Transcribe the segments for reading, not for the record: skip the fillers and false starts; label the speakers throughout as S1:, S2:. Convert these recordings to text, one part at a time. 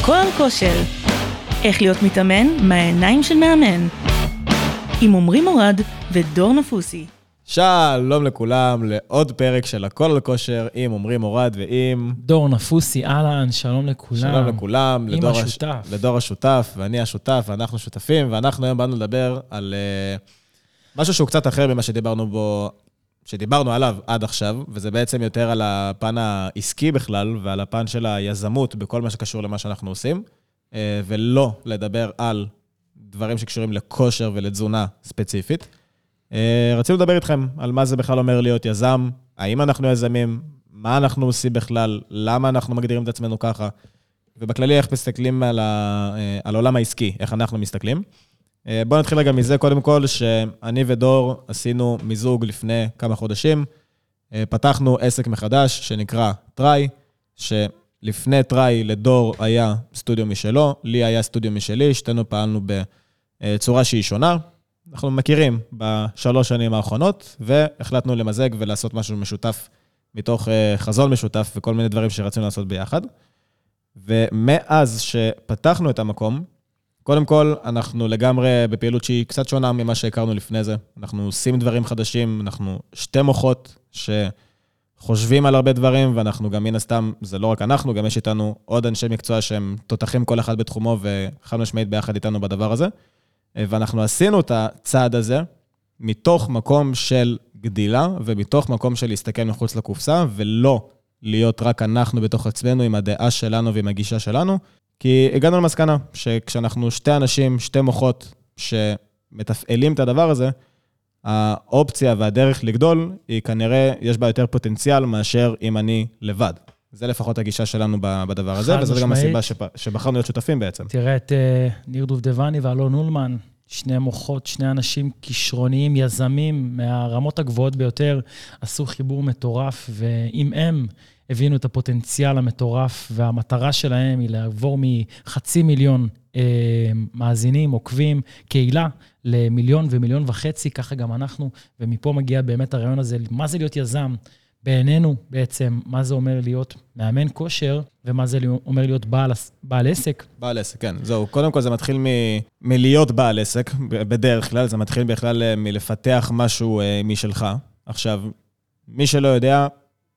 S1: הכל כושר. איך להיות מתאמן מהעיניים של מאמן. עם עמרי מורד ודור נפוסי.
S2: שלום לכולם, לעוד פרק של הכל כושר עם עמרי מורד ועם
S3: דור נפוסי, אהלן, שלום לכולם.
S2: שלום לכולם,
S3: עם השותף.
S2: לדור השותף, ואני השותף, ואנחנו שותפים, ואנחנו היום באנו לדבר על משהו שהוא קצת אחר ממה שדיברנו עליו עד עכשיו, וזה בעצם יותר על הפן העסקי בכלל, ועל הפן של היזמות בכל מה שקשור למה שאנחנו עושים, ולא לדבר על דברים שקשורים לכושר ולתזונה ספציפית. רצינו לדבר איתכם על מה זה בכלל אומר להיות יזם, האם אנחנו יזמים, מה אנחנו עושים בכלל, למה אנחנו מגדירים את עצמנו ככה, ובכללי איך מסתכלים על העולם העסקי, איך אנחנו מסתכלים. בואו נתחיל רגע מזה, קודם כל, שאני ודור עשינו מיזוג לפני כמה חודשים, פתחנו עסק מחדש שנקרא טריי, שלפני טריי לדור היה סטודיו משלו, לי היה סטודיו משלי, שתינו פעלנו בצורה שהיא שונה, אנחנו מכירים בשלוש שנים האחרונות, והחלטנו למזג ולעשות משהו משותף, מתוך חזון משותף וכל מיני דברים שרצינו לעשות ביחד. ומאז שפתחנו את המקום, קודם כל אנחנו לגמרי בפעילות שהיא קצת שונה ממה שהכרנו לפני זה. אנחנו עושים דברים חדשים, אנחנו שתי מוחות שחושבים על הרבה דברים, ואנחנו גם מן הסתם, זה לא רק אנחנו, גם יש איתנו עוד אנשי מקצוע שהם תותחים כל אחד בתחומו, וחד משמעית ביחד איתנו בדבר הזה. ואנחנו עשינו את הצעד הזה מתוך מקום של גדילה, ומתוך מקום של להסתכל מחוץ לקופסה, ולא להיות רק אנחנו בתוך עצמנו עם הדעה שלנו ועם הגישה שלנו, כי הגענו למסקנה שכשאנחנו שתי אנשים, שתי מוחות שמתפעלים את הדבר הזה, האופציה והדרך לגדול היא כנראה, יש בה יותר פוטנציאל מאשר אם אני לבד. זה לפחות הגישה שלנו בדבר הזה, וזאת גם הסיבה שבחרנו להיות שותפים בעצם.
S3: תראה את ניר דובדבני ואלון אולמן, שני מוחות, שני אנשים כישרוניים, יזמים, מהרמות הגבוהות ביותר, עשו חיבור מטורף, ואם הם הבינו את הפוטנציאל המטורף, והמטרה שלהם היא לעבור מ500,000 מאזינים, עוקבים, קהילה, ל1,000,000 ו1,500,000, ככה גם אנחנו, ומפה מגיע באמת הרעיון הזה, מה זה להיות יזם? בעינינו בעצם, מה זה אומר להיות מאמן כושר, ומה זה אומר להיות בעל עסק.
S2: בעל עסק, כן. זהו, קודם כל זה מתחיל מלהיות בעל עסק, בדרך כלל, זה מתחיל בכלל מלפתח משהו משלך. עכשיו, מי שלא יודע,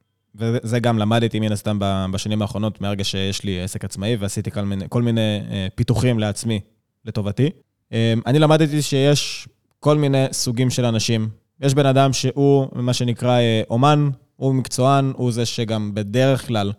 S2: וזה גם למדתי מן הסתם בשנים האחרונות, מהרגע שיש לי עסק עצמאי, ועשיתי כל מיני פיתוחים לעצמי, לטובתי. אני למדתי שיש כל מיני סוגים של אנשים. יש בן אדם שהוא, מה שנקרא אומן, הוא מקצוען, הוא זה שגם בדרך כלל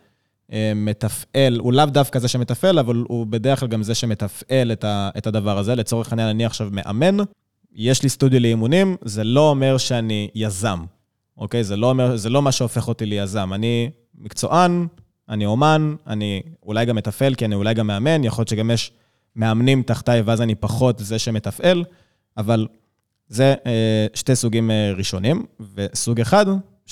S2: מתפעל, הוא לאו דווקא זה שמתפעל, אבל הוא בדרך כלל גם זה שמתפעל את הדבר הזה. לצורך העניין, אני עכשיו מאמן, יש לי סטודיו לאימונים, זה לא אומר שאני יזם. אוקיי? זה לא מה שהופך אותי ליזם. אני מקצוען, אני אומן, אני אולי גם מתפעל, כי אני אולי גם מאמן, יכול להיות שגם יש מאמנים תחתיי, ואז אני פחות זה שמתפעל, אבל זה שתי סוגים ראשונים, וסוג אחד,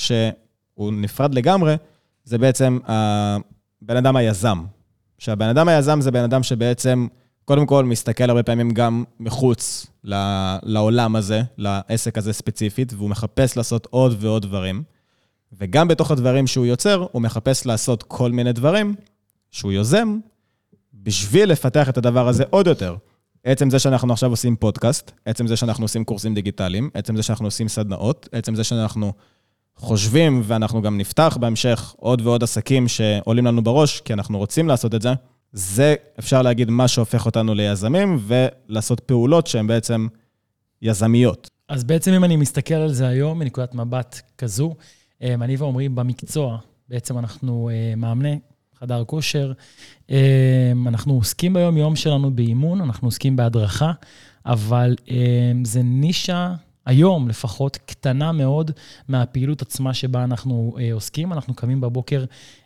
S2: שהוא נפרד לגמרי, זה בעצם הבן אדם היזם. שהבן אדם היזם זה בן אדם שבעצם, קודם כל, מסתכל הרבה פעמים גם מחוץ לעולם הזה, לעסק הזה ספציפית, והוא מחפש לעשות עוד ועוד דברים, וגם בתוך הדברים שהוא יוצר, הוא מחפש לעשות כל מיני דברים שהוא יוזם, בשביל לפתח את הדבר הזה עוד יותר. עצם זה שאנחנו עכשיו עושים פודקאסט, עצם זה שאנחנו עושים קורסים דיגיטליים, עצם זה שאנחנו עושים סדנאות, עצם זה שאנחנו חושבים, ואנחנו גם נפתח בהמשך עוד ועוד עסקים שעולים לנו בראש, כי אנחנו רוצים לעשות את זה, זה אפשר להגיד מה שהופך אותנו ליזמים, ולעשות פעולות שהן בעצם יזמיות.
S3: אז בעצם אם אני מסתכל על זה היום, מנקודת מבט כזו, אני ואומרים במקצוע, בעצם אנחנו מאמני חדר כושר, אנחנו עוסקים ביום יום שלנו באימון, אנחנו עוסקים בהדרכה, אבל זה נישה היום לפחות קטנה מאוד עצמה שבה אנחנו עוסקים. אנחנו קמים בבוקר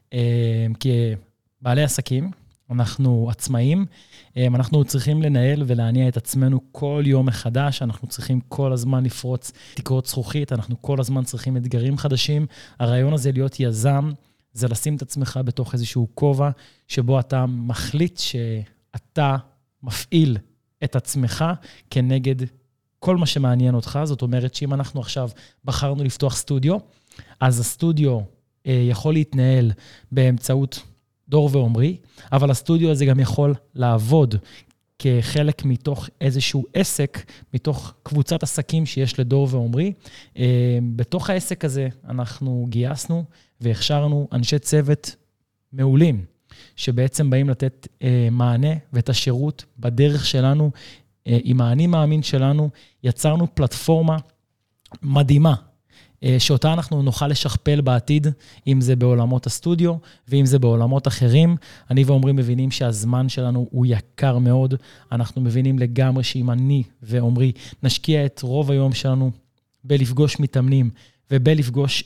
S3: כבעלי עסקים, אנחנו עצמאים, אנחנו צריכים לנהל ולהניע את עצמנו כל יום מחדש, אנחנו צריכים כל הזמן לפרוץ תקרות זכוכית, אנחנו כל הזמן צריכים אתגרים חדשים. הרעיון הזה להיות יזם, זה לשים את עצמך בתוך איזשהו כובע, שבו אתה מחליט שאתה מפעיל את עצמך כנגד כל מה שמעניין אותך. זאת אומרת שאם אנחנו עכשיו בחרנו לפתוח סטודיו, אז הסטודיו יכול להתנהל באמצעות דור ועומרי, אבל הסטודיו הזה גם יכול לעבוד כחלק מתוך איזשהו עסק, מתוך קבוצת עסקים שיש לדור ועומרי. בתוך העסק הזה אנחנו גייסנו והכשרנו אנשי צוות מעולים, שבעצם באים לתת מענה ואת השירות בדרך שלנו, עם האני מאמין שלנו, יצרנו פלטפורמה מדהימה, שאותה אנחנו נוכל לשכפל בעתיד, אם זה בעולמות הסטודיו, ואם זה בעולמות אחרים. אני ועומרי מבינים שהזמן שלנו הוא יקר מאוד, אנחנו מבינים לגמרי שאם אני ועומרי נשקיע את רוב היום שלנו בלפגוש מתאמנים, ובלפגוש,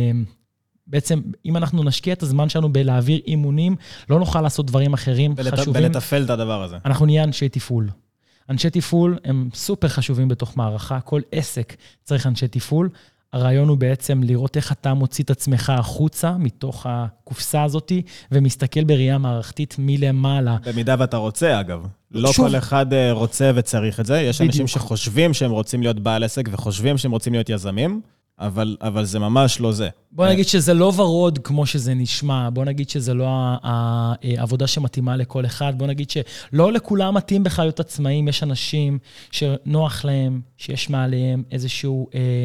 S3: בעצם אם אנחנו נשקיע את הזמן שלנו בלהעביר אימונים, לא נוכל לעשות דברים אחרים חשובים.
S2: ולטפל את הדבר הזה.
S3: אנחנו נהיה אנשי תפעול. אנשי תפעול הם סופר חשובים בתוך מערכה, כל עסק צריך אנשי תפעול. הרעיון הוא בעצם לראות איך אתה מוציא את עצמך החוצה מתוך הקופסה הזאת, ומסתכל בראייה מערכתית מלמעלה. במידה
S2: ואתה רוצה, אגב. לא כל אחד רוצה וצריך את זה. יש אנשים שחושבים שהם רוצים להיות בעל עסק, וחושבים שהם רוצים להיות יזמים, אבל זה ממש לא זה.
S3: בוא נגיד שזה לא ורוד כמו שזה נשמע, בוא נגיד שזה לא העבודה שמתאימה לכל אחד, בוא נגיד שלא לכולם מתאים בכלל להיות עצמאים, יש אנשים שנוח להם, שיש מעליהם איזושהי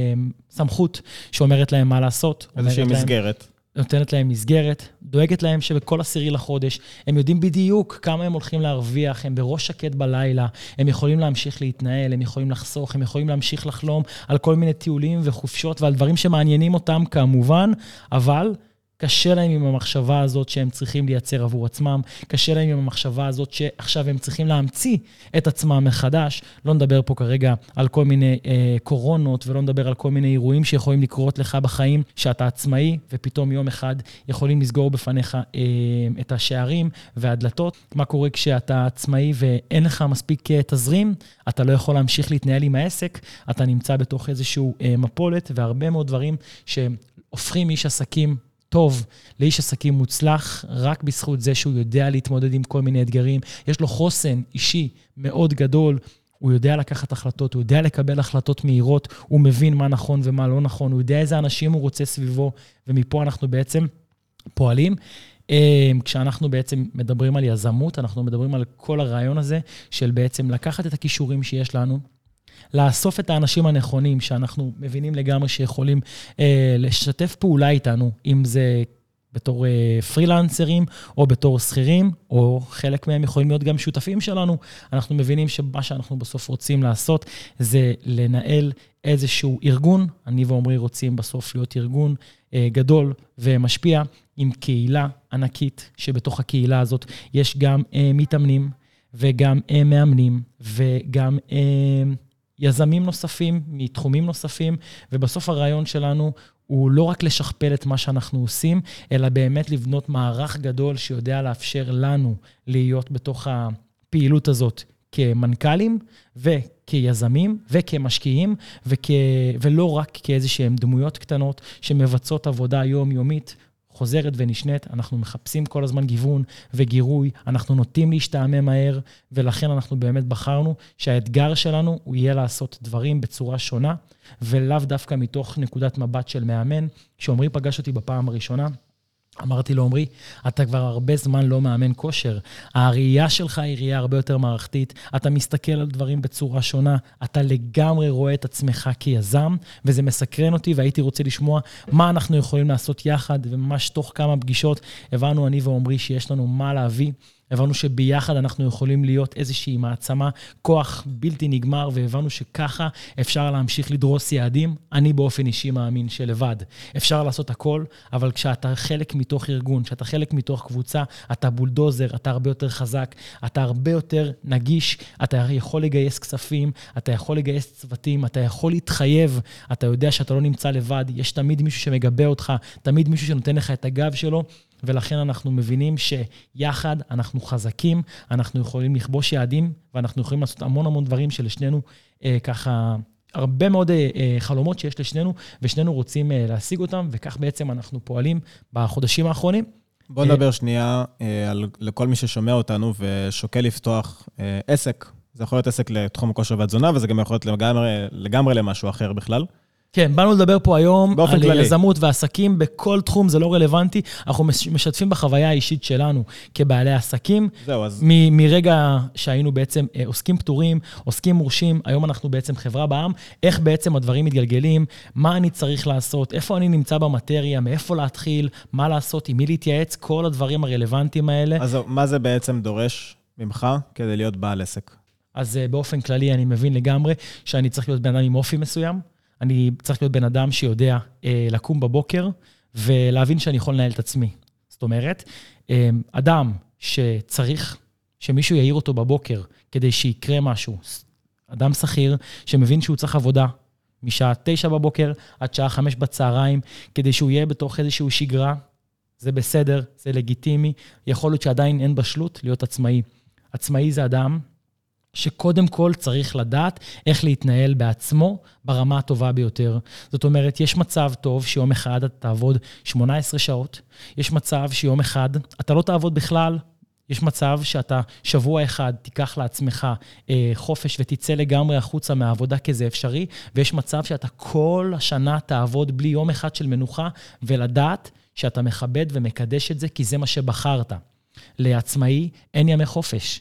S3: סמכות שאומרת להם מה לעשות.
S2: איזושהי מסגרת.
S3: נותנת להם מסגרת, דואגת להם שבכל 10 לחודש, הם יודעים בדיוק כמה הם הולכים להרוויח, הם בראש שקט בלילה, הם יכולים להמשיך להתנהל, הם יכולים לחסוך, הם יכולים להמשיך לחלום על כל מיני טיולים וחופשות, ועל דברים שמעניינים אותם כמובן, אבל קשה להם עם המחשבה הזאת שהם צריכים לייצר עבור עצמם, קשה להם עם המחשבה הזאת שעכשיו הם צריכים להמציא את עצמם מחדש. לא נדבר פה כרגע על כל מיני קורונות, ולא נדבר על כל מיני אירועים שיכולים לקרות לך בחיים, שאתה עצמאי, ופתאום יום אחד יכולים לסגור בפניך את השערים והדלתות. מה קורה כשאתה עצמאי ואין לך מספיק תזרים, אתה לא יכול להמשיך להתנהל עם העסק, אתה נמצא בתוך איזשהו מפולת, והרבה מאוד דברים שהופכים איש עסקים טוב לאיש עסקים מוצלח, רק בזכות זה שהוא יודע להתמודד עם כל מיני אתגרים. יש לו חוסן אישי מאוד גדול, הוא יודע לקחת החלטות, הוא יודע לקבל החלטות מהירות, הוא מבין מה נכון ומה לא נכון, הוא יודע איזה אנשים הוא רוצה סביבו, ומפה אנחנו בעצם פועלים. כשאנחנו בעצם מדברים על יזמות, אנחנו מדברים על כל הרעיון הזה, של בעצם לקחת את הכישורים שיש לנו, לאסוף את האנשים הנכונים, שאנחנו מבינים לגמרי שיכולים לשתף פעולה איתנו, אם זה בתור פרילנסרים, או בתור שכירים, או חלק מהם יכולים להיות גם שותפים שלנו. אנחנו מבינים שמה שאנחנו בסוף רוצים לעשות, זה לנהל איזשהו ארגון. אני ועומרי רוצים בסוף להיות ארגון גדול ומשפיע, עם קהילה ענקית, שבתוך הקהילה הזאת יש גם מתאמנים, וגם מאמנים, וגם יזמים נוספים, מתחומים נוספים, ובסוף הרעיון שלנו הוא לא רק לשכפל את מה שאנחנו עושים, אלא באמת לבנות מערך גדול שיודע לאפשר לנו להיות בתוך הפעילות הזאת כמנכ"לים וכיזמים וכמשקיעים, ולא רק כאיזשהם דמויות קטנות שמבצעות עבודה יומיומית, חוזרת ונשנית. אנחנו מחפשים כל הזמן גיוון וגירוי, אנחנו נוטים להשתעמם מהר, ולכן אנחנו באמת בחרנו שהאתגר שלנו הוא יהיה לעשות דברים בצורה שונה, ולאו דווקא מתוך נקודת מבט של מאמן. כשעומרי פגש אותי בפעם הראשונה, אמרתי לו, עומרי, אתה כבר הרבה זמן לא מאמן כושר. הראייה שלך היא ראייה הרבה יותר מערכתית. אתה מסתכל על דברים בצורה שונה. אתה לגמרי רואה את עצמך כיזם, וזה מסקרן אותי, והייתי רוצה לשמוע מה אנחנו יכולים לעשות יחד, וממש תוך כמה פגישות הבנו אני ועומרי שיש לנו מה להביא. הבנו שביחד אנחנו יכולים להיות איזושהי מעצמה, כוח בלתי נגמר, והבנו שככה אפשר להמשיך לדרוס יעדים. אני באופן אישי מאמין שלבד אפשר לעשות הכל, אבל כשאתה חלק מתוך ארגון, כשאתה חלק מתוך קבוצה, אתה בולדוזר, אתה הרבה יותר חזק, אתה הרבה יותר נגיש, אתה יכול לגייס כספים, אתה יכול לגייס צוותים, אתה יכול להתחייב, אתה יודע שאתה לא נמצא לבד, יש תמיד מישהו שמגבה אותך, תמיד מישהו שנותן לך את הגב שלו, ולכן אנחנו מבינים שיחד אנחנו חזקים, אנחנו יכולים לכבוש יעדים, ואנחנו יכולים לעשות המון המון דברים שלשנינו ככה, הרבה מאוד חלומות שיש לשנינו, ושנינו רוצים להשיג אותם, וכך בעצם אנחנו פועלים בחודשים האחרונים.
S2: בוא נדבר שנייה לכל מי ששומע אותנו ושוקל לפתוח עסק. זה יכול להיות עסק לתחום הכושר והתזונה, וזה גם יכול להיות לגמרי למשהו אחר בכלל.
S3: כן, באנו לדבר פה היום
S2: באופן
S3: על
S2: כללי.
S3: יזמות ועסקים בכל תחום, זה לא רלוונטי. אנחנו משתפים בחוויה האישית שלנו כבעלי עסקים.
S2: זהו, אז...
S3: מרגע שהיינו בעצם עוסקים פטורים, עוסקים מורשים, היום אנחנו בעצם חברה בעם, איך בעצם הדברים מתגלגלים, מה אני צריך לעשות, איפה אני נמצא במטריה, מאיפה להתחיל, מה לעשות, עם מי להתייעץ, כל הדברים הרלוונטיים האלה.
S2: אז מה זה בעצם דורש ממך כדי להיות בעל עסק?
S3: אז באופן כללי אני מבין לגמרי שאני צריך להיות בן אדם עם אופי מסוים, אני צריך להיות בן אדם שיודע לקום בבוקר ולהבין שאני יכול לנהל את עצמי. זאת אומרת, אדם שצריך שמישהו יעיר אותו בבוקר כדי שיקרה משהו, אדם שכיר שמבין שהוא צריך עבודה משעה 9 בבוקר עד שעה 5 בצהריים, כדי שהוא יהיה בתוך איזשהו שגרה, זה בסדר, זה לגיטימי, יכול להיות שעדיין אין בשלות להיות עצמאי. עצמאי זה אדם שקודם כל צריך לדעת איך להתנהל בעצמו ברמה הטובה ביותר. זאת אומרת, יש מצב טוב שיום אחד אתה תעבוד 18 שעות, יש מצב שיום אחד אתה לא תעבוד בכלל, יש מצב שאתה שבוע אחד תיקח לעצמך חופש ותצא לגמרי החוצה מהעבודה כזה אפשרי, ויש מצב שאתה כל השנה תעבוד בלי יום אחד של מנוחה, ולדעת שאתה מכבד ומקדש את זה, כי זה מה שבחרת. לעצמאי אין ימי חופש.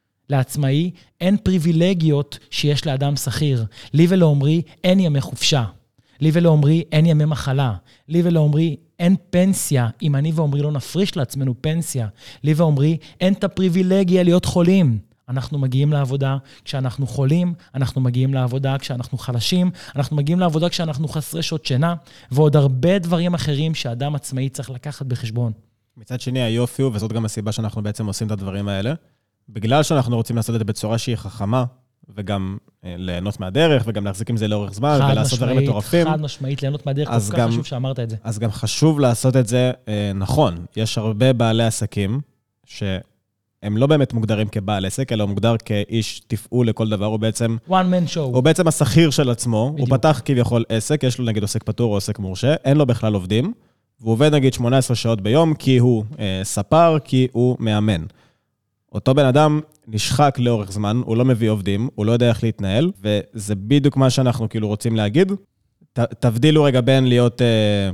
S3: לעצמאי אין פריבילגיות שיש לאדם שכיר. לי ולעומרי אין ימי חופשה. לי ולעומרי אין ימי מחלה. לי ולעומרי אין פנסיה. אם אני ועומרי לא נפריש לעצמנו פנסיה. לי ועומרי אין את הפריבילגיה להיות חולים. אנחנו מגיעים לעבודה כשאנחנו חולים, אנחנו מגיעים לעבודה כשאנחנו חלשים, אנחנו מגיעים לעבודה כשאנחנו חסרי שעות שינה, ועוד הרבה דברים אחרים שאדם עצמאי צריך לקחת בחשבון.
S2: מצד שני, היופי הוא, וזאת גם הסיבה שאנחנו בעצם עושים את הדברים האלה, בגלל שאנחנו רוצים לעשות את זה בצורה שהיא חכמה, וגם ליהנות מהדרך, וגם להחזיק עם זה לאורך זמן, ולעשות דברים מטורפים.
S3: חד משמעית, ליהנות מהדרך, כל כך חשוב שאמרת את זה.
S2: אז גם חשוב לעשות את זה נכון. יש הרבה בעלי עסקים, שהם לא באמת מוגדרים כבעל עסק, אלא הוא מוגדר כאיש תפעול לכל דבר, הוא בעצם...
S3: one man show.
S2: הוא בעצם השכיר של עצמו,
S3: בדיוק.
S2: הוא פתח כביכול עסק, יש לו נגיד עוסק פטור או עוסק מורשה, אין לו בכלל עובדים, והוא עובד נגיד 18 שעות ביום, כי הוא ספר, כי הוא מאמן. אותו בן אדם נשחק לאורך זמן, הוא לא מביא עובדים, הוא לא יודע איך להתנהל, וזה בדיוק מה שאנחנו כאילו רוצים להגיד. תבדילו רגע בין להיות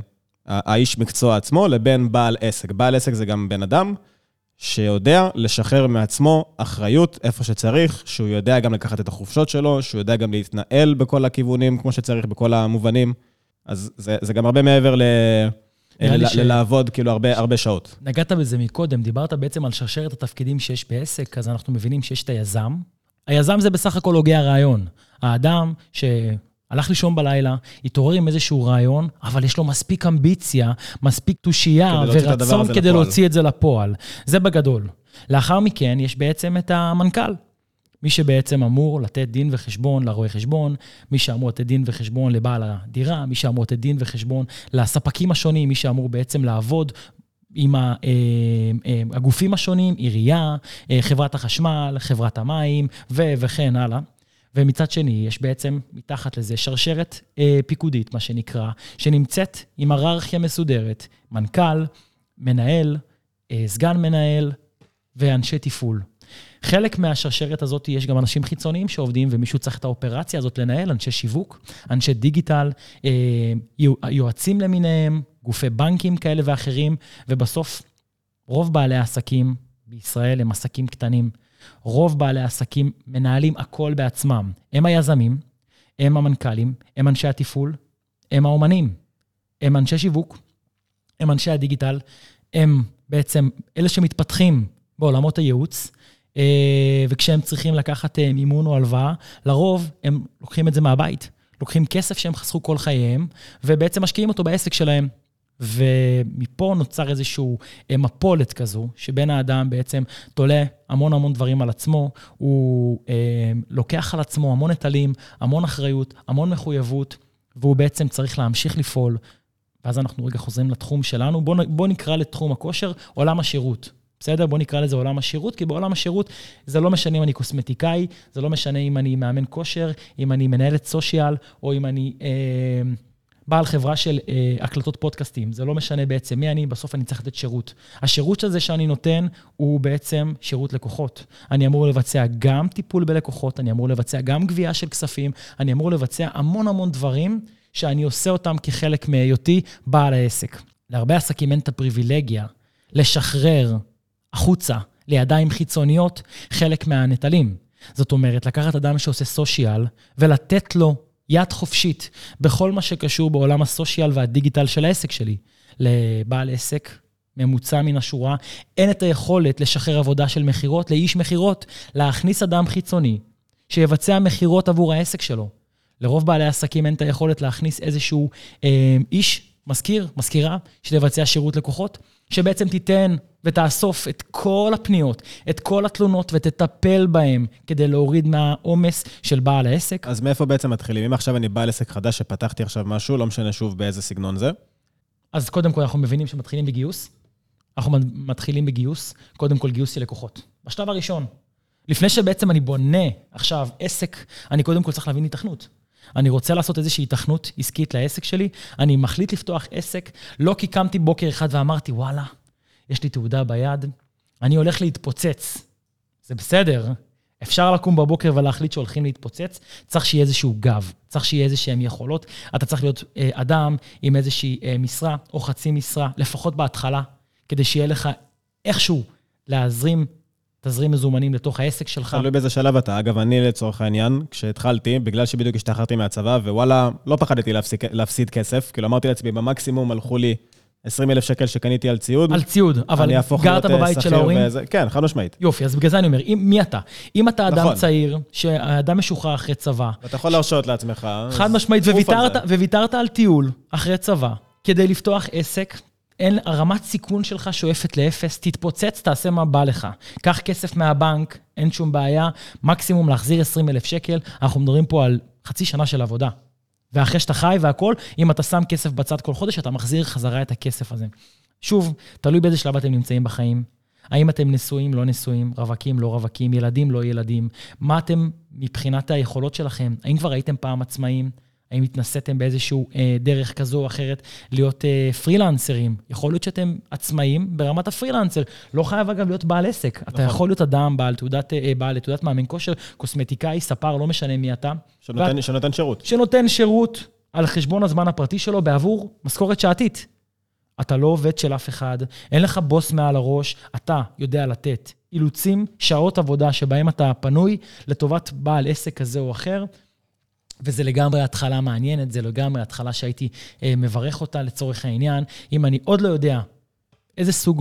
S2: האיש מקצוע עצמו לבין בעל עסק. בעל עסק זה גם בן אדם שיודע לשחרר מעצמו אחריות איפה שצריך, שהוא יודע גם לקחת את החופשות שלו, שהוא יודע גם להתנהל בכל הכיוונים כמו שצריך, בכל המובנים. אז זה גם הרבה מעבר לעבוד כאילו הרבה שעות.
S3: נגעת בזה מקודם, דיברת בעצם על שרשרת התפקידים שיש בעסק, אז אנחנו מבינים שיש את היזם. היזם זה בסך הכל הוגה הרעיון. האדם שהלך לישון בלילה, התעורר עם איזשהו רעיון, אבל יש לו מספיק אמביציה, מספיק תושייה ורצון כדי להוציא את זה לפועל. זה בגדול. לאחר מכן יש בעצם את המנכ"ל. מי שבעצם אמור לתת דין וחשבון לרואה חשבון, מי שאמור לתת דין וחשבון לבעל הדירה, מי שאמור לתת דין וחשבון לספקים השונים, מי שאמור בעצם לעבוד עם הגופים השונים, עירייה, חברת החשמל, חברת המים וכן הלאה. ומצד שני, יש בעצם מתחת לזה שרשרת פיקודית, מה שנקרא, שנמצאת עם היררכיה מסודרת, מנכ"ל, מנהל, סגן מנהל ואנשי תפעול. חלק מהשרשרת הזאת יש גם אנשים חיצוניים שעובדים, ומישהו צריך את האופרציה הזאת לנהל, אנשי שיווק, אנשי דיגיטל, יועצים למיניהם, גופי בנקים כאלה ואחרים, ובסוף רוב בעלי העסקים בישראל הם עסקים קטנים. רוב בעלי העסקים מנהלים הכל בעצמם. הם היזמים, הם המנכ"לים, הם אנשי התפעול, הם האומנים, הם אנשי שיווק, הם אנשי הדיגיטל, הם בעצם אלה שמתפתחים בעולמות הייעוץ, וכשהם צריכים לקחת מימון או הלוואה, לרוב הם לוקחים את זה מהבית. לוקחים כסף שהם חסכו כל חייהם, ובעצם משקיעים אותו בעסק שלהם. ומפה נוצר איזשהו מפולת כזו, שבין האדם בעצם תולה המון דברים על עצמו, הוא לוקח על עצמו המון נטלים, המון אחריות, המון מחויבות, והוא בעצם צריך להמשיך לפעול. ואז אנחנו רגע חוזרים לתחום שלנו, בוא נקרא לתחום הכושר, עולם השירות. בסדר? בוא נקרא לזה עולם השירות, כי בעולם השירות זה לא משנה אם אני קוסמטיקאי, זה לא משנה אם אני מאמן כושר, אם אני מנהלת סושיאל, או אם אני בעל חברה של הקלטות פודקאסטים. זה לא משנה בעצם מי אני, בסוף אני צריך לתת שירות. השירות הזה שאני נותן הוא בעצם שירות לקוחות. אני אמור לבצע גם טיפול בלקוחות, אני אמור לבצע גם גבייה של כספים, אני אמור לבצע המון דברים שאני עושה אותם כחלק מהיותי בעל העסק. להרבה עסקים אין את הפריבילגיה לשחרר החוצה לידיים חיצוניות חלק מהנטלים. זאת אומרת, לקחת אדם שעושה סושיאל ולתת לו יד חופשית בכל מה שקשור בעולם הסושיאל והדיגיטל של העסק שלי. לבעל עסק ממוצע מן השורה, אין את היכולת לשחרר עבודה של מחירות, לאיש מחירות, להכניס אדם חיצוני שיבצע מחירות עבור העסק שלו. לרוב בעלי עסקים אין את היכולת להכניס איזשהו איש, מזכירה, שתבצע שירות לקוחות, שבעצם תיתן ותאסוף את כל הפניות, את כל התלונות ותטפל בהם כדי להוריד מהעומס של בעל העסק.
S2: אז מאיפה בעצם מתחילים? אם עכשיו אני בעל עסק חדש שפתחתי עכשיו משהו, לא משנה שוב באיזה סגנון זה?
S3: אז קודם כל אנחנו מבינים שמתחילים בגיוס. אנחנו מתחילים בגיוס, קודם כל גיוס של לקוחות. בשלב הראשון, לפני שבעצם אני בונה עכשיו עסק, אני קודם כל צריך להבין התכנות. אני רוצה לעשות איזושהי התכנות עסקית לעסק שלי, אני מחליט לפתוח עסק, לא כי קמתי בוקר אחד ואמרתי, וואלה, יש לי תעודה ביד, אני הולך להתפוצץ. זה בסדר, אפשר לקום בבוקר ולהחליט שהולכים להתפוצץ, צריך שיהיה איזשהו גב, צריך שיהיה איזשהם יכולות, אתה צריך להיות אדם עם איזושהי משרה או חצי משרה, לפחות בהתחלה, כדי שיהיה לך איכשהו להזרים תזרים מזומנים לתוך העסק שלך.
S2: תלוי באיזה שלב אתה. אגב, אני לצורך העניין, כשהתחלתי, בגלל שבדיוק השתחררתי מהצבא, ווואלה, לא פחדתי להפסיד כסף, כאילו אמרתי לעצמי, במקסימום הלכו לי 20,000 שקל שקניתי על ציוד.
S3: על ציוד, אבל גרת בבית של ההורים?
S2: כן, חד משמעית.
S3: יופי, אז בגלל זה אני אומר, מי אתה? אם אתה אדם צעיר, שאדם משוחרר אחרי צבא,
S2: אתה יכול להרשות לעצמך.
S3: חד משמעית, וויתרת על טיול אחרי צבא, כדי לפתוח עסק, אין, הרמת סיכון שלך שואפת לאפס, תתפוצץ, תעשה מה בא לך. קח כסף מהבנק, אין שום בעיה, מקסימום להחזיר 20,000 שקל, אנחנו מדברים פה על חצי שנה של עבודה. ואחרי שאתה חי והכל, אם אתה שם כסף בצד כל חודש, אתה מחזיר חזרה את הכסף הזה. שוב, תלוי באיזה שלב אתם נמצאים בחיים. האם אתם נשואים, לא נשואים, רווקים, לא רווקים, ילדים, לא ילדים. מה אתם מבחינת היכולות שלכם? האם כבר הייתם פעם עצמאים? האם התנסיתם באיזשהו דרך כזו או אחרת להיות פרילנסרים? יכול להיות שאתם עצמאים ברמת הפרילנסר. לא חייב אגב להיות בעל עסק. אתה יכול להיות אדם בעל תעודת מאמן כושר, קוסמטיקאי, ספר, לא משנה מי אתה.
S2: שנותן שירות.
S3: שנותן שירות על חשבון הזמן הפרטי שלו בעבור משכורת שעתית. אתה לא עובד של אף אחד, אין לך בוס מעל הראש, אתה יודע לתת אילוצים, שעות עבודה שבהם אתה פנוי לטובת בעל עסק כזה או אחר, וזה לגמרי התחלה מעניינת, זה לגמרי התחלה שהייתי מברך אותה לצורך העניין. אם אני עוד לא יודע איזה סוג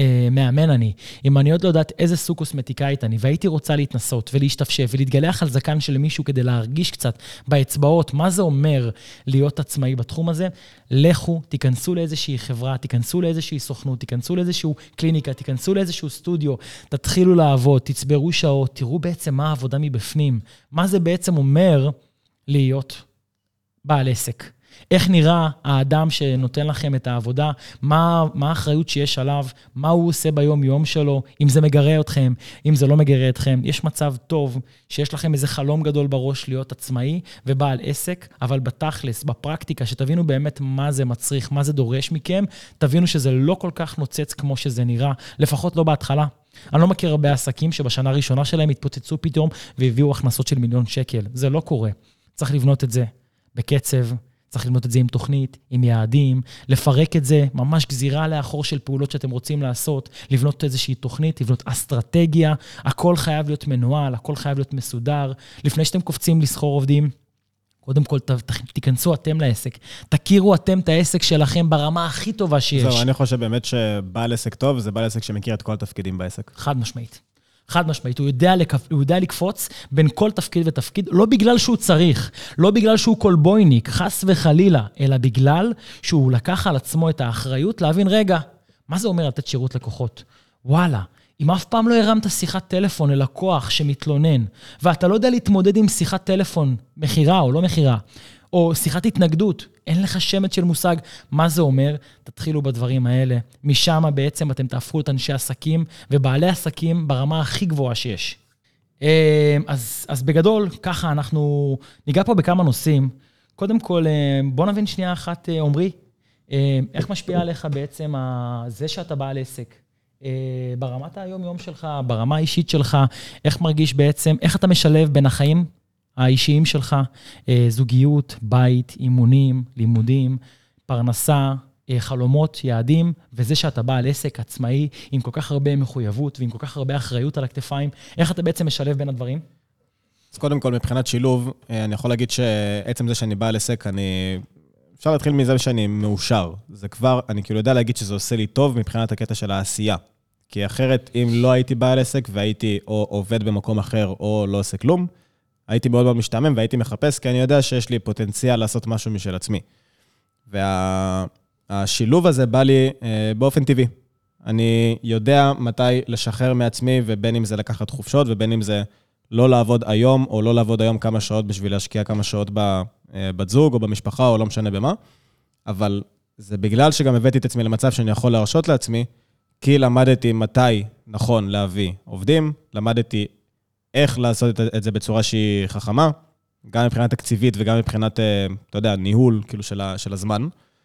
S3: מאמן אני, אם אני עוד לא יודעת איזה סוג קוסמטיקאית אני, והייתי רוצה להתנסות ולהשתפשף ולהתגלח על זקן של מישהו כדי להרגיש קצת באצבעות, מה זה אומר להיות עצמאי בתחום הזה, לכו, תיכנסו לאיזושהי חברה, תיכנסו לאיזושהי סוכנות, תיכנסו לאיזשהו קליניקה, תיכנסו לאיזשהו סטודיו, תתחילו לעבוד, תצברו שעות, תראו בעצם מה העבודה מבפנים, מה זה בעצם אומר להיות בעל עסק. איך נראה האדם שנותן לכם את העבודה, מה האחריות שיש עליו, מה הוא עושה ביום יום שלו, אם זה מגרה אתכם, אם זה לא מגרה אתכם. יש מצב טוב שיש לכם איזה חלום גדול בראש להיות עצמאי ובעל עסק, אבל בתכלס, בפרקטיקה, שתבינו באמת מה זה מצריך, מה זה דורש מכם, תבינו שזה לא כל כך נוצץ כמו שזה נראה, לפחות לא בהתחלה. אני לא מכיר הרבה עסקים שבשנה הראשונה שלהם התפוצצו פתאום והביאו הכנסות של 1,000,000 שקל. זה לא קורה. צריך לבנות את זה בקצב, צריך לבנות את זה עם תוכנית, עם יעדים, לפרק את זה, ממש גזירה לאחור של פעולות שאתם רוצים לעשות, לבנות איזושהי תוכנית, לבנות אסטרטגיה, הכל חייב להיות מנוהל, הכל חייב להיות מסודר. לפני שאתם קופצים לסחור עובדים, קודם כל תיכנסו אתם לעסק, תכירו אתם את העסק שלכם ברמה הכי טובה שיש.
S2: זהו, אני חושב באמת שבעל עסק טוב, זה בעל עסק שמכיר את כל התפקידים בעסק.
S3: חד משמעית. חד משמעית, הוא יודע לקפוץ בין כל תפקיד ותפקיד, לא בגלל שהוא צריך, לא בגלל שהוא קולבויניק, חס וחלילה, אלא בגלל שהוא לקח על עצמו את האחריות להבין, רגע, מה זה אומר לתת שירות לקוחות? וואלה, אם אף פעם לא הרמת שיחת טלפון ללקוח שמתלונן, ואתה לא יודע להתמודד עם שיחת טלפון, מחירה או לא מחירה, או שיחת התנגדות, אין לך שמץ של מושג מה זה אומר, תתחילו בדברים האלה. משם בעצם אתם תהפכו את אנשי עסקים ובעלי עסקים ברמה הכי גבוהה שיש. אז בגדול, ככה אנחנו ניגע פה בכמה נושאים. קודם כל, בוא נבין שנייה אחת, עומרי, איך משפיע עליך בעצם זה שאתה בעל עסק? ברמת היום-יום שלך, ברמה האישית שלך, איך מרגיש בעצם, איך אתה משלב בין החיים האישיים שלך, זוגיות, בית, אימונים, לימודים, פרנסה, חלומות, יעדים, וזה שאתה בא על עסק עצמאי עם כל כך הרבה מחויבות ועם כל כך הרבה אחריות על הכתפיים, איך אתה בעצם משלב בין הדברים?
S2: אז קודם כל, מבחינת שילוב, אני יכול להגיד שעצם זה שאני בא על עסק, אפשר להתחיל מזה שאני מאושר. זה כבר, אני כאילו יודע להגיד שזה עושה לי טוב מבחינת הקטע של העשייה. כי אחרת, אם לא הייתי בא על עסק והייתי או עובד במקום אחר או לא עושה כלום, הייתי מאוד מאוד משתעמם והייתי מחפש, כי אני יודע שיש לי פוטנציאל לעשות משהו משל עצמי. והשילוב הזה בא לי באופן טבעי. אני יודע מתי לשחרר מעצמי, ובין אם זה לקחת חופשות, ובין אם זה לא לעבוד היום, או לא לעבוד היום כמה שעות בשביל להשקיע כמה שעות בבת זוג, או במשפחה, או לא משנה במה. אבל זה בגלל שגם הבאתי את עצמי למצב שאני יכול להרשות לעצמי, כי למדתי מתי נכון להביא עובדים, למדתי איך לעשות את זה בצורה שהיא חכמה, גם מבחינת תקציבית וגם מבחינת, אתה יודע, ניהול כאילו של הזמן.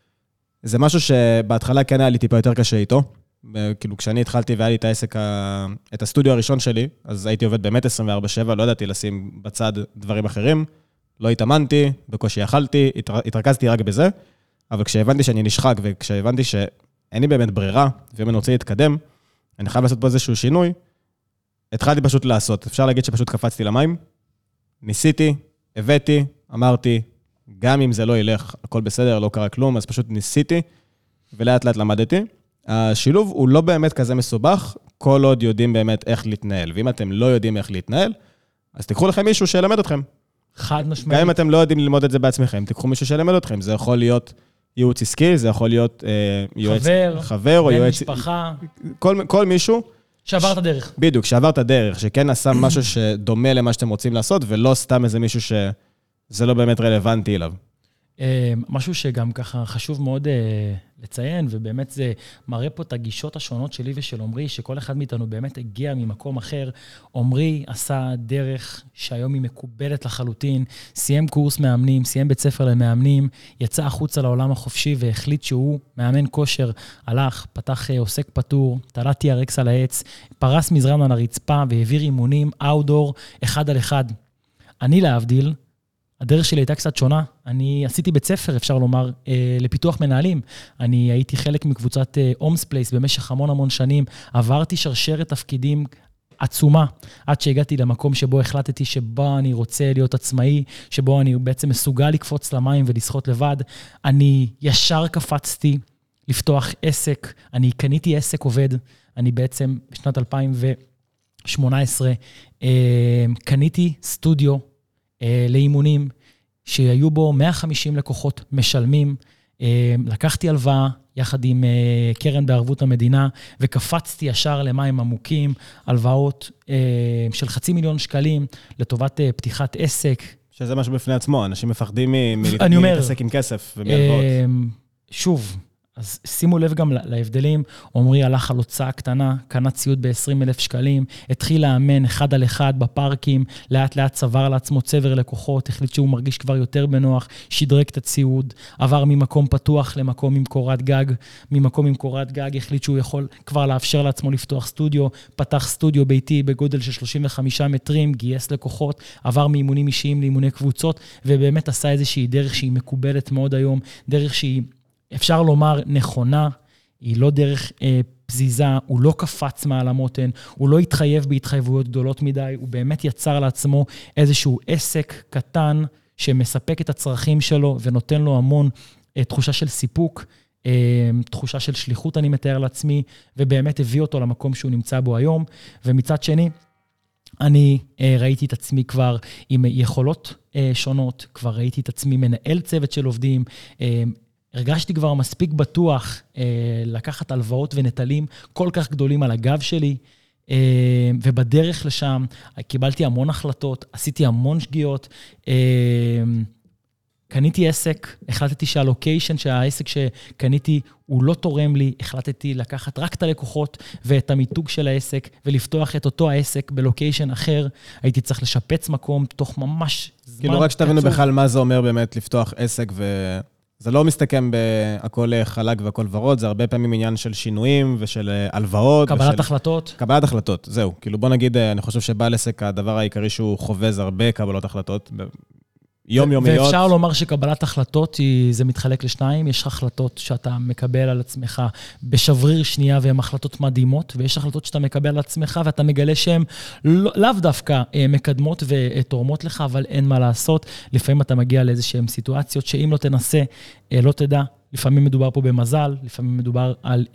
S2: זה משהו שבהתחלה כן היה לי טיפה יותר קשה איתו. כאילו כשאני התחלתי והיה לי את העסק, את הסטודיו הראשון שלי, אז הייתי עובד באמת 24/7, לא ידעתי לשים בצד דברים אחרים, לא התאמנתי, בקושי אכלתי, התרכזתי רק בזה, אבל כשהבנתי שאני נשחק וכשהבנתי שאין לי באמת ברירה, ואם אני רוצה להתקדם, אני חייב לעשות פה איזשהו שינוי, התחלתי פשוט לעשות. אפשר להגיד שפשוט קפצתי למים, ניסיתי, הבאתי, אמרתי, גם אם זה לא ילך, הכל בסדר, לא קרה כלום, אז פשוט ניסיתי, ולאט לאט למדתי. השילוב הוא לא באמת כזה מסובך, כל עוד יודעים באמת איך להתנהל. ואם אתם לא יודעים איך להתנהל, אז תיקחו לכם מישהו שילמד אתכם.
S3: חד משמעית.
S2: גם אם אתם לא יודעים ללמוד את זה בעצמכם, תיקחו מישהו שילמד אתכם. זה יכול להיות ייעוץ עסקי, זה יכול להיות יועץ, חבר או יועץ,
S3: משפחה.
S2: כל מישהו.
S3: שעבר את הדרך.
S2: בדיוק, שעבר את הדרך, שכן עשה משהו שדומה למה שאתם רוצים לעשות, ולא סתם איזה מישהו שזה לא באמת רלוונטי אליו.
S3: משהו שגם ככה חשוב מאוד לציין, ובאמת זה מראה פה את הגישות השונות שלי ושל עומרי, שכל אחד מאיתנו באמת הגיע ממקום אחר. עומרי עשה דרך שהיום היא מקובלת לחלוטין, סיים קורס מאמנים, סיים בית ספר למאמנים, יצא החוצה לעולם החופשי והחליט שהוא מאמן כושר, הלך, פתח עוסק פטור, תלה TRX על העץ, פרס מזרן על הרצפה והעביר אימונים, אאוטדור, 1-על-1. אני להבדיל, הדרך שלי הייתה קצת שונה. אני עשיתי בית ספר, אפשר לומר, לפיתוח מנהלים. אני הייתי חלק מקבוצת הומס פלייס במשך המון שנים. עברתי שרשרת תפקידים עצומה, עד שהגעתי למקום שבו החלטתי שבו אני רוצה להיות עצמאי, שבו אני בעצם מסוגל לקפוץ למים ולשחות לבד. אני ישר קפצתי לפתוח עסק. אני קניתי עסק עובד. אני בעצם בשנת 2018 קניתי סטודיו לאימונים, שהיו בו 150 לקוחות משלמים, לקחתי הלוואה יחד עם קרן בערבות המדינה, וקפצתי ישר למים עמוקים, הלוואות של 500,000 שקלים, לטובת פתיחת עסק.
S2: שזה משהו בפני עצמו, אנשים מפחדים מלהתעסק עם כסף ומהלוואות. שוב,
S3: אז שימו לב גם להבדלים, עומרי הלך על הוצאה קטנה, קנה ציוד ב-20,000 שקלים, התחיל לאמן 1-על-1 בפארקים, לאט לאט צבר לעצמו צבר לקוחות, החליט שהוא מרגיש כבר יותר בנוח, שדרג את הציוד, עבר ממקום פתוח למקום עם קורת גג, ממקום עם קורת גג החליט שהוא יכול כבר לאפשר לעצמו לפתוח סטודיו, פתח סטודיו ביתי בגודל של 35 מטרים, גייס לקוחות, עבר מאימונים אישיים לאימוני קבוצות, ובאמת עשה איזושהי דרך שהיא מקובלת מאוד היום, דרך שהיא אפשר לומר נכונה, היא לא דרך פזיזה, הוא לא קפץ מעל המותן, הוא לא התחייב בהתחייבויות גדולות מדי, הוא באמת יצר לעצמו איזשהו עסק קטן שמספק את הצרכים שלו ונותן לו המון תחושה של סיפוק, תחושה של שליחות אני מתאר לעצמי, ובאמת הביא אותו למקום שהוא נמצא בו היום. ומצד שני, אני ראיתי את עצמי כבר עם יכולות שונות, כבר ראיתי את עצמי מנהל צוות של עובדים, הרגשתי כבר מספיק בטוח לקחת הלוואות ונטלים כל כך גדולים על הגב שלי, ובדרך לשם קיבלתי המון החלטות, עשיתי המון שגיאות, קניתי עסק, החלטתי שהלוקיישן שהעסק שקניתי הוא לא תורם לי, החלטתי לקחת רק את הלקוחות ואת המיתוג של העסק, ולפתוח את אותו העסק בלוקיישן אחר, הייתי צריך לשפץ מקום תוך ממש זמן.
S2: כאילו רק שתבינו בכלל מה זה אומר באמת לפתוח עסק זה לא מסתכם בהכל חלק והכל ורוד, זה הרבה פעמים עניין של שינויים ושל הלוואות.
S3: קבלת החלטות.
S2: קבלת החלטות, זהו. כאילו בוא נגיד, אני חושב שבעל עסק, הדבר העיקרי שהוא חובז הרבה קבלות החלטות, יומיומיות.
S3: ואפשר לומר שקבלת החלטות, זה מתחלק לשניים, יש החלטות שאתה מקבל על עצמך בשבריר שנייה, והן החלטות מדהימות, ויש החלטות שאתה מקבל על עצמך, ואתה מגלה שהן לאו דווקא מקדמות ותורמות לך, אבל אין מה לעשות. לפעמים אתה מגיע לאיזשהן סיטואציות, שאם לא תנסה, לא תדע. לפעמים מדובר פה במזל, לפעמים מדובר על...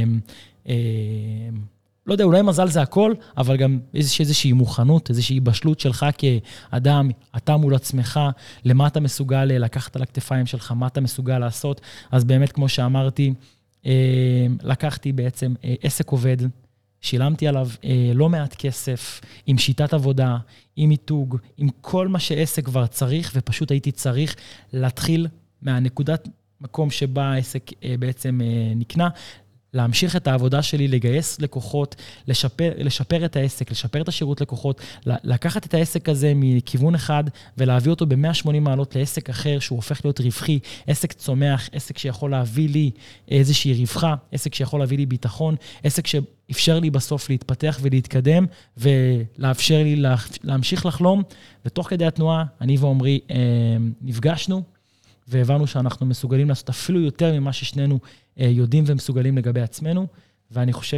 S3: לא יודע, אולי מזל זה הכל, אבל גם איזושהי מוכנות, איזושהי בשלות שלך כאדם, אתה מול עצמך, למה אתה מסוגל לקחת על הכתפיים שלך, מה אתה מסוגל לעשות. אז באמת, כמו שאמרתי, לקחתי בעצם עסק עובד, שילמתי עליו לא מעט כסף, עם שיטת עבודה, עם מיתוג, עם כל מה שעסק כבר צריך, ופשוט הייתי צריך להתחיל מהנקודת מקום שבה העסק בעצם נקנה, להמשיך את העבודה שלי, לגייס לקוחות, לשפר את העסק, לשפר את השירות לקוחות, לקחת את העסק הזה מכיוון אחד, ולהביא אותו ב-180 מעלות לעסק אחר, שהוא הופך להיות רווחי, עסק צומח, עסק שיכול להביא לי איזושהי רווחה, עסק שיכול להביא לי ביטחון, עסק שאפשר לי בסוף להתפתח ולהתקדם, ולאפשר לי להמשיך לחלום, ותוך כדי התנועה, אני ועומרי נפגשנו, והבנו שאנחנו מסוגלים לעשות אפילו יותר ממה ששנינו יודעים ומסוגלים לגבי עצמנו, ואני חושב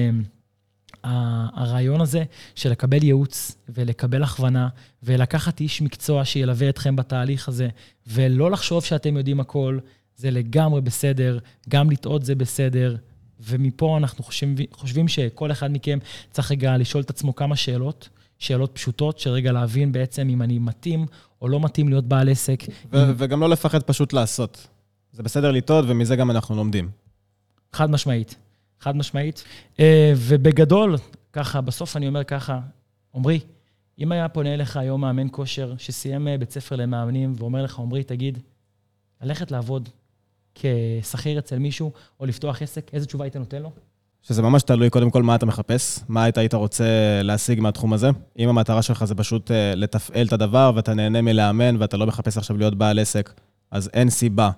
S3: שהרעיון הזה של לקבל ייעוץ ולקבל הכוונה, ולקחת איש מקצוע שילווה אתכם בתהליך הזה, ולא לחשוב שאתם יודעים הכל, זה לגמרי בסדר, גם לטעות זה בסדר, ומפה אנחנו חושבים שכל אחד מכם צריך רגע לשאול את עצמו כמה שאלות פשוטות, שרגע להבין בעצם אם אני מתאים או לא מתאים להיות בעל עסק.
S2: וגם לא לפחד פשוט לעשות. זה בסדר לטעות, ומזה גם אנחנו לומדים.
S3: חד משמעית. ובגדול, ככה, בסוף אני אומר ככה, עומרי, אם היה פונה אליך היום מאמן כושר, שסיים בית ספר למאמנים, ואומר לך, עומרי, תגיד, ללכת לעבוד כשכיר אצל מישהו, או לפתוח עסק, איזה תשובה היית נותן לו?
S2: שזה ממש תלוי קודם כל מה אתה מחפש, מה היית רוצה להשיג מהתחום הזה. אם המטרה שלך זה פשוט לתפעל את הדבר, ואתה נהנה מלאמן, ואתה לא מחפש עכשיו להיות בעל עסק, אז אין סיבה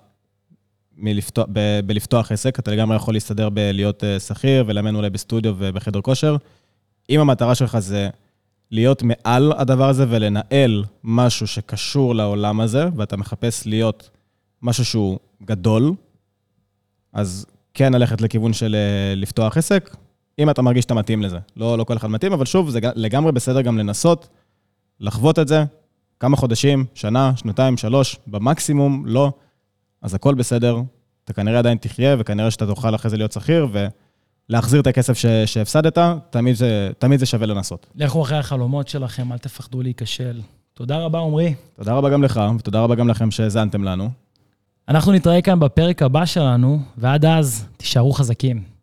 S2: בלפתוח עסק. אתה לגמרי יכול להסתדר בלהיות שכיר, ולאמן אולי בסטודיו ובחדר כושר. אם המטרה שלך זה להיות מעל הדבר הזה, ולנהל משהו שקשור לעולם הזה, ואתה מחפש להיות משהו שהוא גדול, אז כן ללכת לכיוון של לפתוח עסק, אם אתה מרגיש שאתה מתאים לזה. לא כל אחד מתאים, אבל שוב, זה לגמרי בסדר גם לנסות, לחוות את זה, כמה חודשים, שנה, שנתיים, 3, במקסימום לא, אז הכל בסדר, אתה כנראה עדיין תחיה, וכנראה שאתה תוכל אחרי זה להיות שכיר, ולהחזיר את הכסף שהפסדת, תמיד זה שווה לנסות.
S3: לכו אחרי החלומות שלכם, אל תפחדו להיכשל. תודה רבה, עומרי.
S2: תודה רבה גם לך, ותודה רבה גם לכם שהזנתם לנו.
S3: אנחנו נתראה כאן בפרק הבא שלנו, ועד אז תישארו חזקים.